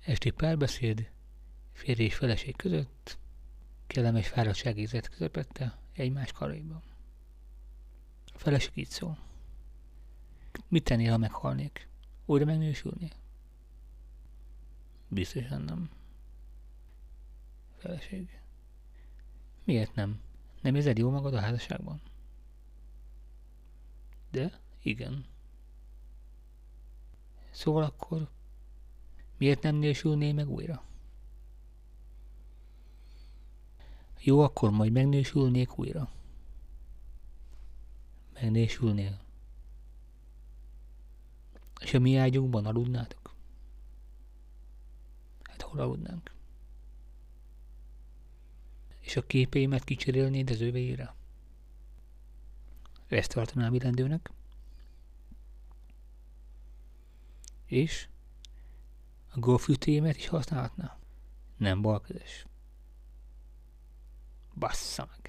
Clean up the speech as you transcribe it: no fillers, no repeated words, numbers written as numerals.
Esti párbeszéd, férj és feleség között, kellemes fáradtságérzet közepette, egymás karaiban. A feleség így szól. Mit tennél, ha meghalnék? Újra megnősülnél? Biztosan nem. Feleség. Miért nem? Nem érzed jól magad a házasságban? De igen. Szóval akkor miért nem nősülnél meg újra? Jó, akkor majd megnősülnék újra. Megnősülnél. És a mi ágyunkban aludnátok? Hát hol aludnánk? És a képeimet kicserélnéd az övéire? Ezt tartanám illendőnek? És a golfütémet is használhatná? Nem balkezes. Bassza meg.